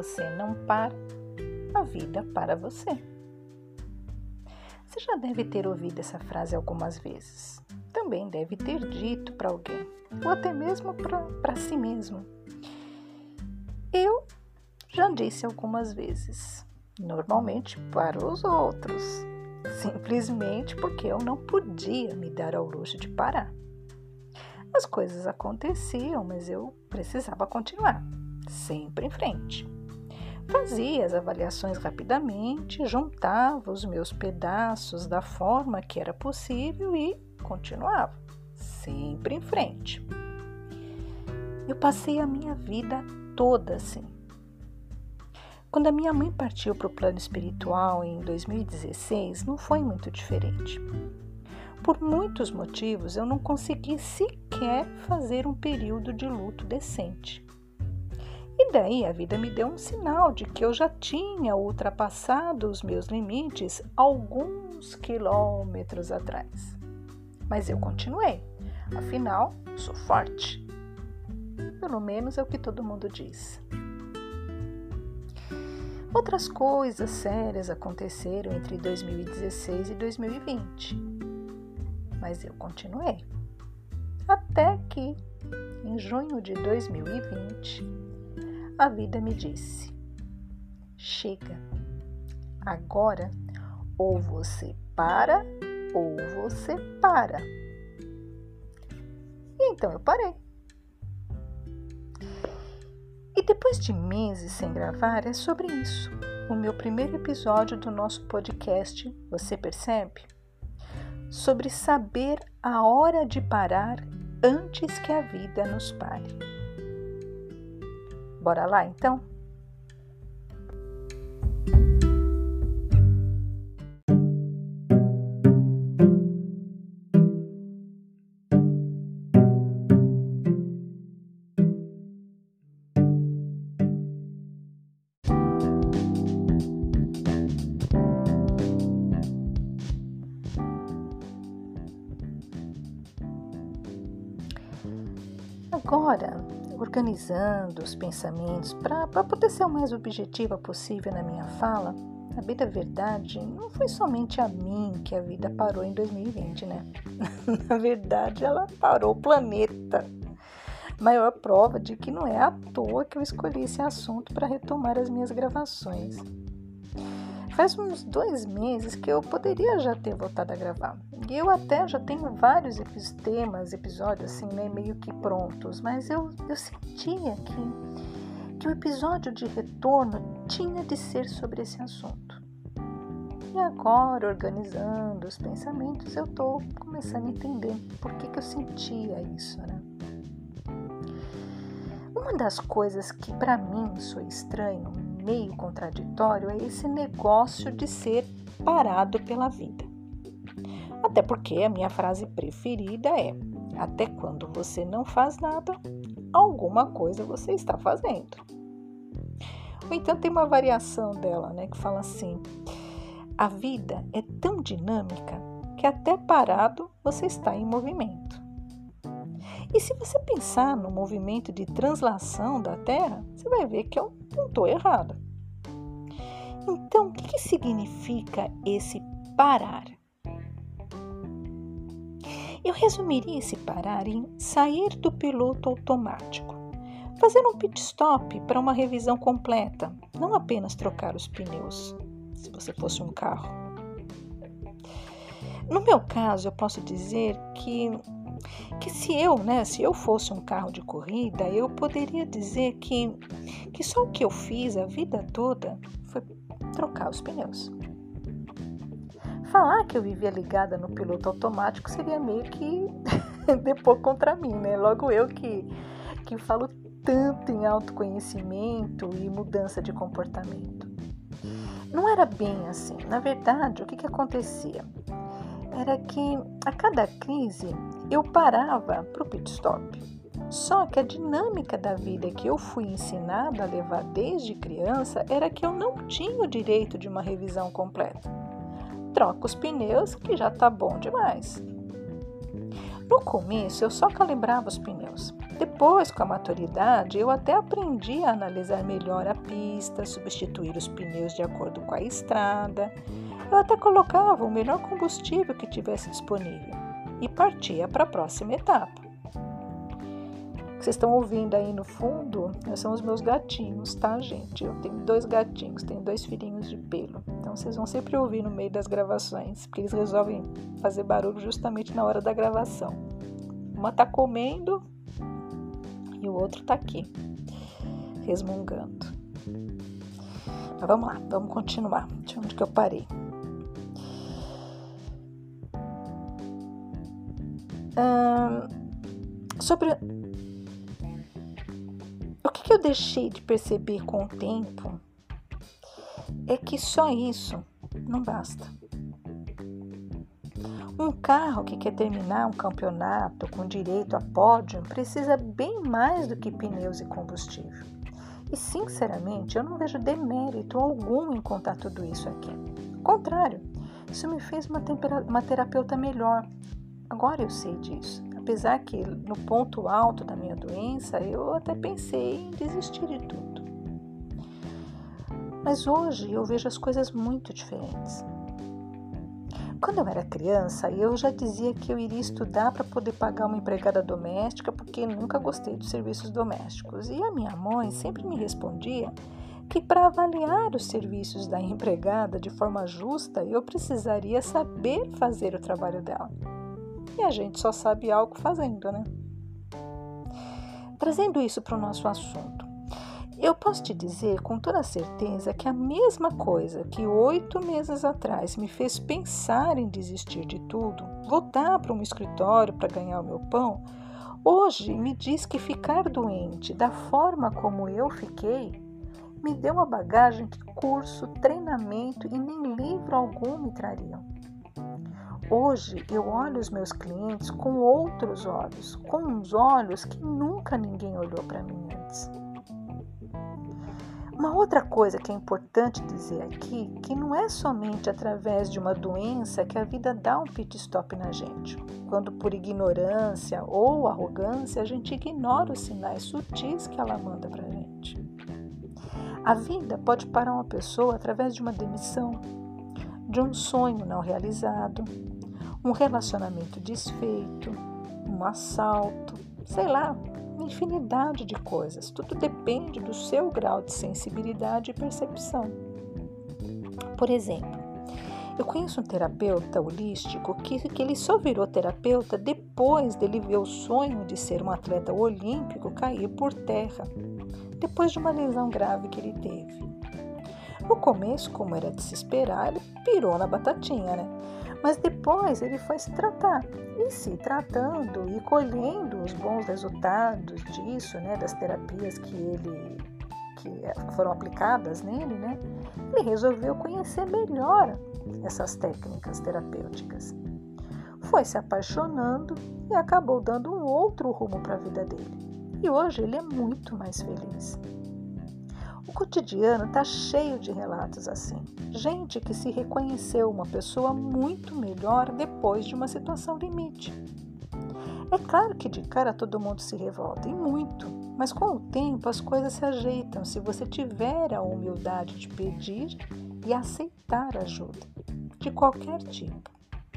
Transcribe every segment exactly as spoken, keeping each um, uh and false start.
você não para, a vida para você. Você já deve ter ouvido essa frase algumas vezes. Também deve ter dito para alguém, ou até mesmo para si mesmo. Eu já disse algumas vezes, normalmente para os outros, simplesmente porque eu não podia me dar ao luxo de parar. As coisas aconteciam, mas eu precisava continuar, sempre em frente. Fazia as avaliações rapidamente, juntava os meus pedaços da forma que era possível e continuava, sempre em frente. Eu passei a minha vida toda assim. Quando a minha mãe partiu para o plano espiritual em dois mil e dezesseis, não foi muito diferente. Por muitos motivos, eu não consegui sequer fazer um período de luto decente. E daí a vida me deu um sinal de que eu já tinha ultrapassado os meus limites alguns quilômetros atrás. Mas eu continuei, afinal, sou forte. Pelo menos é o que todo mundo diz. Outras coisas sérias aconteceram entre dois mil e dezesseis e dois mil e vinte. Mas eu continuei. Até que, em junho de dois mil e vinte, a vida me disse: chega, agora ou você para ou você para. E então eu parei. E depois de meses sem gravar, é sobre isso. O meu primeiro episódio do nosso podcast, você percebe? Sobre saber a hora de parar antes que a vida nos pare. Bora lá, então? Agora, organizando os pensamentos para poder ser o mais objetiva possível na minha fala, a bem da verdade, não foi somente a mim que a vida parou em dois mil e vinte, né? Na verdade, ela parou o planeta. Maior prova de que não é à toa que eu escolhi esse assunto para retomar as minhas gravações. Faz uns dois meses que eu poderia já ter voltado a gravar. E eu até já tenho vários temas, episódios assim, né, meio que prontos. Mas eu, eu sentia que, que o episódio de retorno tinha de ser sobre esse assunto. E agora, organizando os pensamentos, eu estou começando a entender por que, que eu sentia isso, né? Uma das coisas que para mim sou estranho, meio contraditório, é esse negócio de ser parado pela vida. Até porque a minha frase preferida é: até quando você não faz nada, alguma coisa você está fazendo. Ou então tem uma variação dela, né, que fala assim: a vida é tão dinâmica que até parado você está em movimento. E se você pensar no movimento de translação da Terra, você vai ver que eu não estou errada. Então, o que, que significa esse parar? Eu resumiria esse parar em sair do piloto automático, fazer um pit stop para uma revisão completa, não apenas trocar os pneus, se você fosse um carro. No meu caso, eu posso dizer que que se eu, né, se eu fosse um carro de corrida, eu poderia dizer que, que só o que eu fiz a vida toda foi trocar os pneus. Falar que eu vivia ligada no piloto automático seria meio que depor contra mim, né? Logo eu que, que falo tanto em autoconhecimento e mudança de comportamento. Não era bem assim. Na verdade, o que, que acontecia? Era que a cada crise eu parava para o pit stop. Só que a dinâmica da vida que eu fui ensinada a levar desde criança era que eu não tinha o direito de uma revisão completa. Troca os pneus que já tá bom demais. No começo eu só calibrava os pneus. Depois, com a maturidade, eu até aprendi a analisar melhor a pista, substituir os pneus de acordo com a estrada. Eu até colocava o melhor combustível que tivesse disponível e partia para a próxima etapa. O que vocês estão ouvindo aí no fundo são os meus gatinhos, tá, gente? Eu tenho dois gatinhos, tenho dois filhinhos de pelo. Então vocês vão sempre ouvir no meio das gravações, porque eles resolvem fazer barulho justamente na hora da gravação. Uma tá comendo e o outro tá aqui, resmungando. Mas vamos lá, vamos continuar. Deixa eu ver onde que eu parei. Hum, sobre o que, que eu deixei de perceber com o tempo é que só isso não basta. Um carro que quer terminar um campeonato com direito a pódio precisa bem mais do que pneus e combustível. E, sinceramente, eu não vejo demérito algum em contar tudo isso aqui. Ao contrário, isso me fez uma, tempera- uma terapeuta melhor. Agora eu sei disso. Apesar que, no ponto alto da minha doença, eu até pensei em desistir de tudo. Mas hoje eu vejo as coisas muito diferentes. Quando eu era criança, eu já dizia que eu iria estudar para poder pagar uma empregada doméstica, porque nunca gostei de serviços domésticos. E a minha mãe sempre me respondia que para avaliar os serviços da empregada de forma justa, eu precisaria saber fazer o trabalho dela. E a gente só sabe algo fazendo, né? Trazendo isso para o nosso assunto, eu posso te dizer com toda certeza que a mesma coisa que oito meses atrás me fez pensar em desistir de tudo, voltar para um escritório para ganhar o meu pão, hoje me diz que ficar doente da forma como eu fiquei me deu uma bagagem que curso, treinamento e nem livro algum me trariam. Hoje eu olho os meus clientes com outros olhos, com uns olhos que nunca ninguém olhou para mim antes. Uma outra coisa que é importante dizer aqui, que não é somente através de uma doença que a vida dá um pit stop na gente, quando por ignorância ou arrogância a gente ignora os sinais sutis que ela manda pra gente. A vida pode parar uma pessoa através de uma demissão, de um sonho não realizado, um relacionamento desfeito, um assalto, sei lá, uma infinidade de coisas. Tudo depende do seu grau de sensibilidade e percepção. Por exemplo, eu conheço um terapeuta holístico que, que ele só virou terapeuta depois dele ver o sonho de ser um atleta olímpico cair por terra, depois de uma lesão grave que ele teve. No começo, como era de se esperar, ele pirou na batatinha, né? Mas depois ele foi se tratar, e se tratando e colhendo os bons resultados disso, né, das terapias que ele que foram aplicadas nele, né, ele resolveu conhecer melhor essas técnicas terapêuticas. Foi se apaixonando e acabou dando um outro rumo para a vida dele. E hoje ele é muito mais feliz. O cotidiano está cheio de relatos assim. Gente que se reconheceu uma pessoa muito melhor depois de uma situação limite. É claro que de cara todo mundo se revolta, e muito, mas com o tempo as coisas se ajeitam se você tiver a humildade de pedir e aceitar ajuda, de qualquer tipo.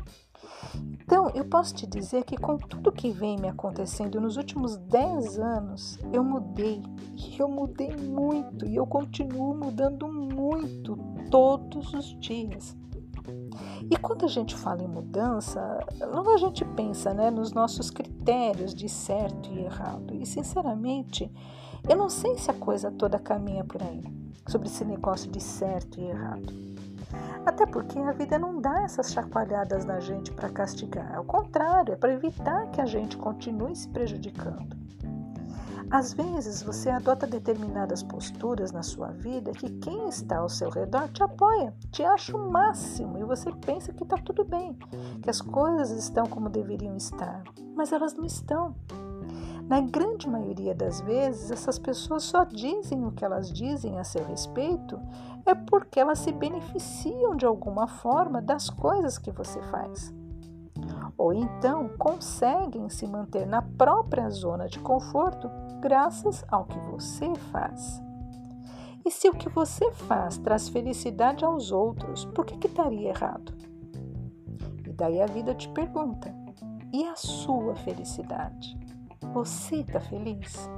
Então, eu posso te dizer que com tudo que vem me acontecendo nos últimos dez anos, eu mudei, e eu mudei muito, e eu continuo mudando muito todos os dias. E quando a gente fala em mudança, logo a gente pensa, né, nos nossos critérios de certo e errado. E, sinceramente, eu não sei se a coisa toda caminha por aí, sobre esse negócio de certo e errado. Até porque a vida não dá essas chacoalhadas na gente para castigar. Ao contrário, é para evitar que a gente continue se prejudicando. Às vezes, você adota determinadas posturas na sua vida que quem está ao seu redor te apoia, te acha o máximo e você pensa que está tudo bem, que as coisas estão como deveriam estar, mas elas não estão. Na grande maioria das vezes, essas pessoas só dizem o que elas dizem a seu respeito é porque elas se beneficiam de alguma forma das coisas que você faz. ou então conseguem se manter na própria zona de conforto graças ao que você faz. E se o que você faz traz felicidade aos outros, por que que estaria errado? E daí a vida te pergunta, e a sua felicidade? Você está feliz?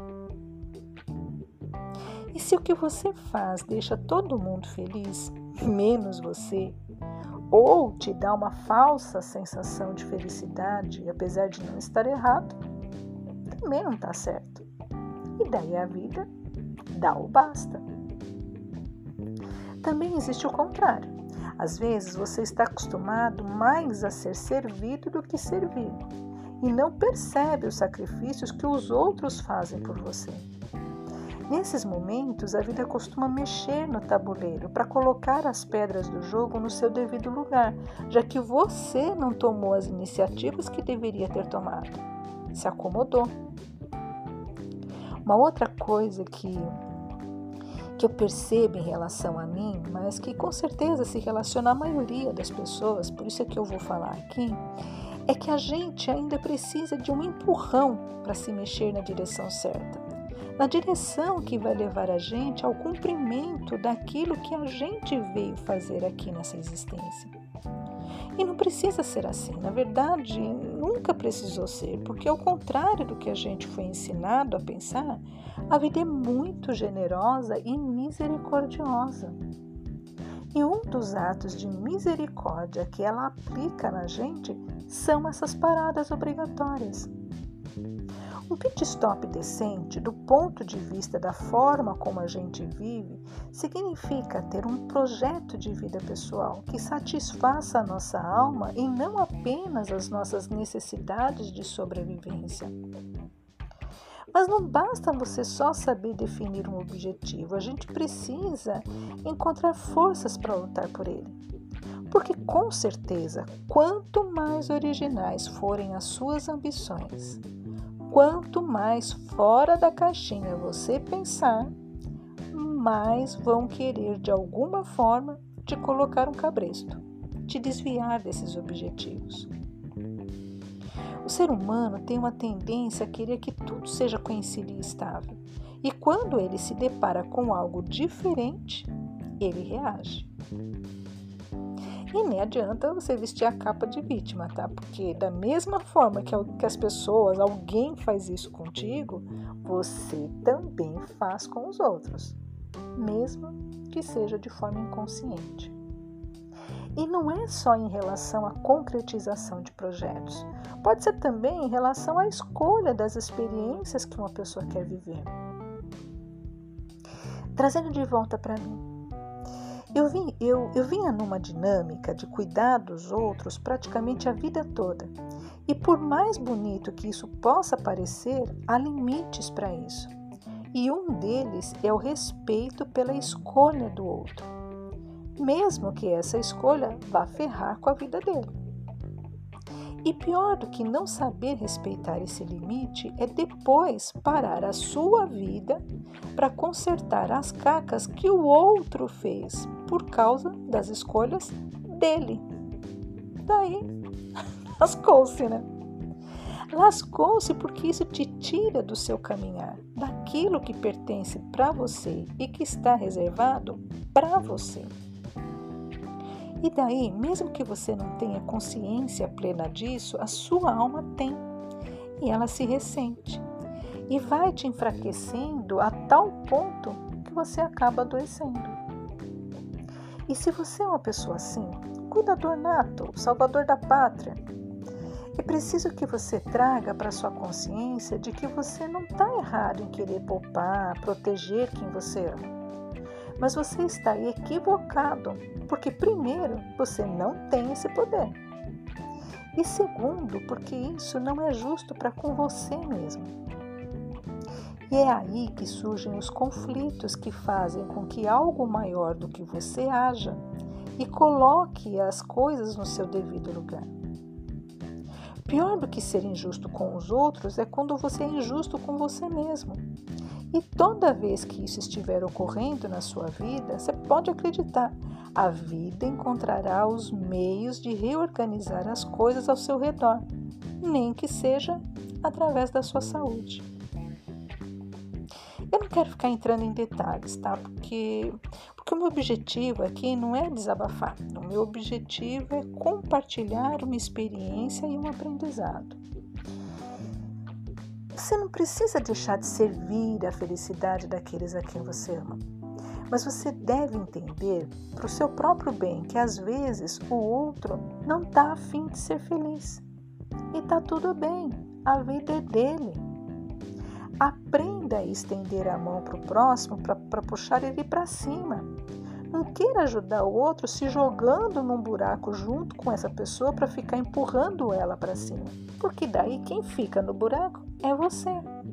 E se o que você faz deixa todo mundo feliz, menos você, ou te dá uma falsa sensação de felicidade, apesar de não estar errado, também não está certo. E daí a vida dá o basta. Também existe o contrário. Às vezes você está acostumado mais a ser servido do que servir e não percebe os sacrifícios que os outros fazem por você. Nesses momentos, a vida costuma mexer no tabuleiro para colocar as pedras do jogo no seu devido lugar, já que você não tomou as iniciativas que deveria ter tomado. Se acomodou. Uma outra coisa que, que eu percebo em relação a mim, mas que com certeza se relaciona à maioria das pessoas, por isso é que eu vou falar aqui, é que a gente ainda precisa de um empurrão para se mexer na direção certa. Na direção que vai levar a gente ao cumprimento daquilo que a gente veio fazer aqui nessa existência. E não precisa ser assim, na verdade, nunca precisou ser, porque ao contrário do que a gente foi ensinado a pensar, a vida é muito generosa e misericordiosa. E um dos atos de misericórdia que ela aplica na gente são essas paradas obrigatórias. Um pit stop decente, do ponto de vista da forma como a gente vive, significa ter um projeto de vida pessoal que satisfaça a nossa alma e não apenas as nossas necessidades de sobrevivência. Mas não basta você só saber definir um objetivo, a gente precisa encontrar forças para lutar por ele. Porque, com certeza, quanto mais originais forem as suas ambições, quanto mais fora da caixinha você pensar, mais vão querer de alguma forma te colocar um cabresto, te desviar desses objetivos. O ser humano tem uma tendência a querer que tudo seja conhecido e estável, e quando ele se depara com algo diferente, ele reage. E nem adianta você vestir a capa de vítima, tá? Porque da mesma forma que as pessoas, alguém faz isso contigo, você também faz com os outros, mesmo que seja de forma inconsciente. E não é só em relação à concretização de projetos, pode ser também em relação à escolha das experiências que uma pessoa quer viver. Trazendo de volta para mim, Eu, vim, eu, eu vinha numa dinâmica de cuidar dos outros praticamente a vida toda. E por mais bonito que isso possa parecer, há limites para isso. E um deles é o respeito pela escolha do outro, mesmo que essa escolha vá ferrar com a vida dele. E pior do que não saber respeitar esse limite é depois parar a sua vida para consertar as cacas que o outro fez por causa das escolhas dele. Daí, lascou-se, né? Lascou-se porque isso te tira do seu caminhar, daquilo que pertence para você e que está reservado para você. E daí, mesmo que você não tenha consciência plena disso, a sua alma tem, e ela se ressente, e vai te enfraquecendo a tal ponto que você acaba adoecendo. E se você é uma pessoa assim, cuidador nato, salvador da pátria, é preciso que você traga para sua consciência de que você não está errado em querer poupar, proteger quem você ama. Mas você está equivocado, porque primeiro, você não tem esse poder. E segundo, porque isso não é justo para com você mesmo. E é aí que surgem os conflitos que fazem com que algo maior do que você haja e coloque as coisas no seu devido lugar. Pior do que ser injusto com os outros é quando você é injusto com você mesmo. E toda vez que isso estiver ocorrendo na sua vida, você pode acreditar, a vida encontrará os meios de reorganizar as coisas ao seu redor, nem que seja através da sua saúde. Eu não quero ficar entrando em detalhes, tá? Porque, porque o meu objetivo aqui não é desabafar. O meu objetivo é compartilhar uma experiência e um aprendizado. Você não precisa deixar de servir a felicidade daqueles a quem você ama. Mas você deve entender, para o seu próprio bem, que às vezes o outro não está afim de ser feliz. E está tudo bem, a vida é dele. Aprenda a estender a mão para o próximo para puxar ele para cima. Não queira ajudar o outro se jogando num buraco junto com essa pessoa para ficar empurrando ela para cima. Porque daí quem fica no buraco é você.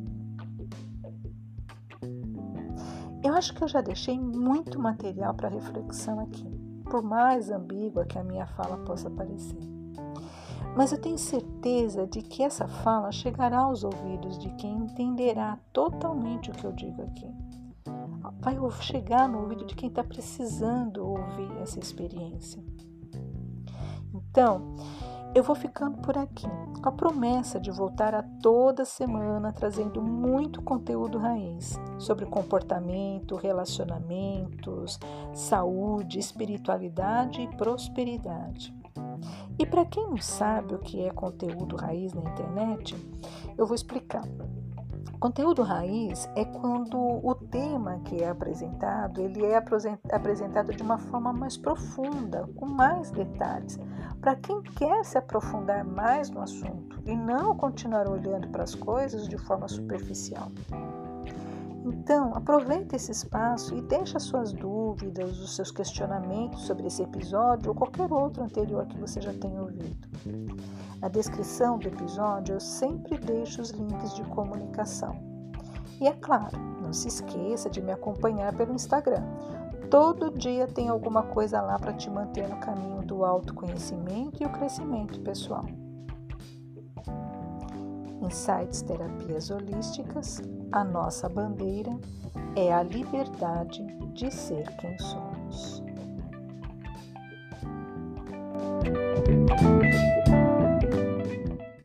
Eu acho que eu já deixei muito material para reflexão aqui, por mais ambígua que a minha fala possa parecer. Mas eu tenho certeza de que essa fala chegará aos ouvidos de quem entenderá totalmente o que eu digo aqui. Vai chegar no ouvido de quem está precisando ouvir essa experiência. Então, eu vou ficando por aqui, com a promessa de voltar a toda semana trazendo muito conteúdo raiz sobre comportamento, relacionamentos, saúde, espiritualidade e prosperidade. E para quem não sabe o que é conteúdo raiz na internet, eu vou explicar. Conteúdo raiz é quando o tema que é apresentado, ele é apresentado de uma forma mais profunda, com mais detalhes, para quem quer se aprofundar mais no assunto e não continuar olhando para as coisas de forma superficial. Então, aproveite esse espaço e deixe as suas dúvidas, os seus questionamentos sobre esse episódio ou qualquer outro anterior que você já tenha ouvido. Na descrição do episódio, eu sempre deixo os links de comunicação. E é claro, não se esqueça de me acompanhar pelo Instagram. Todo dia tem alguma coisa lá para te manter no caminho do autoconhecimento e o crescimento pessoal. Insights Terapias Holísticas, a nossa bandeira é a liberdade de ser quem somos.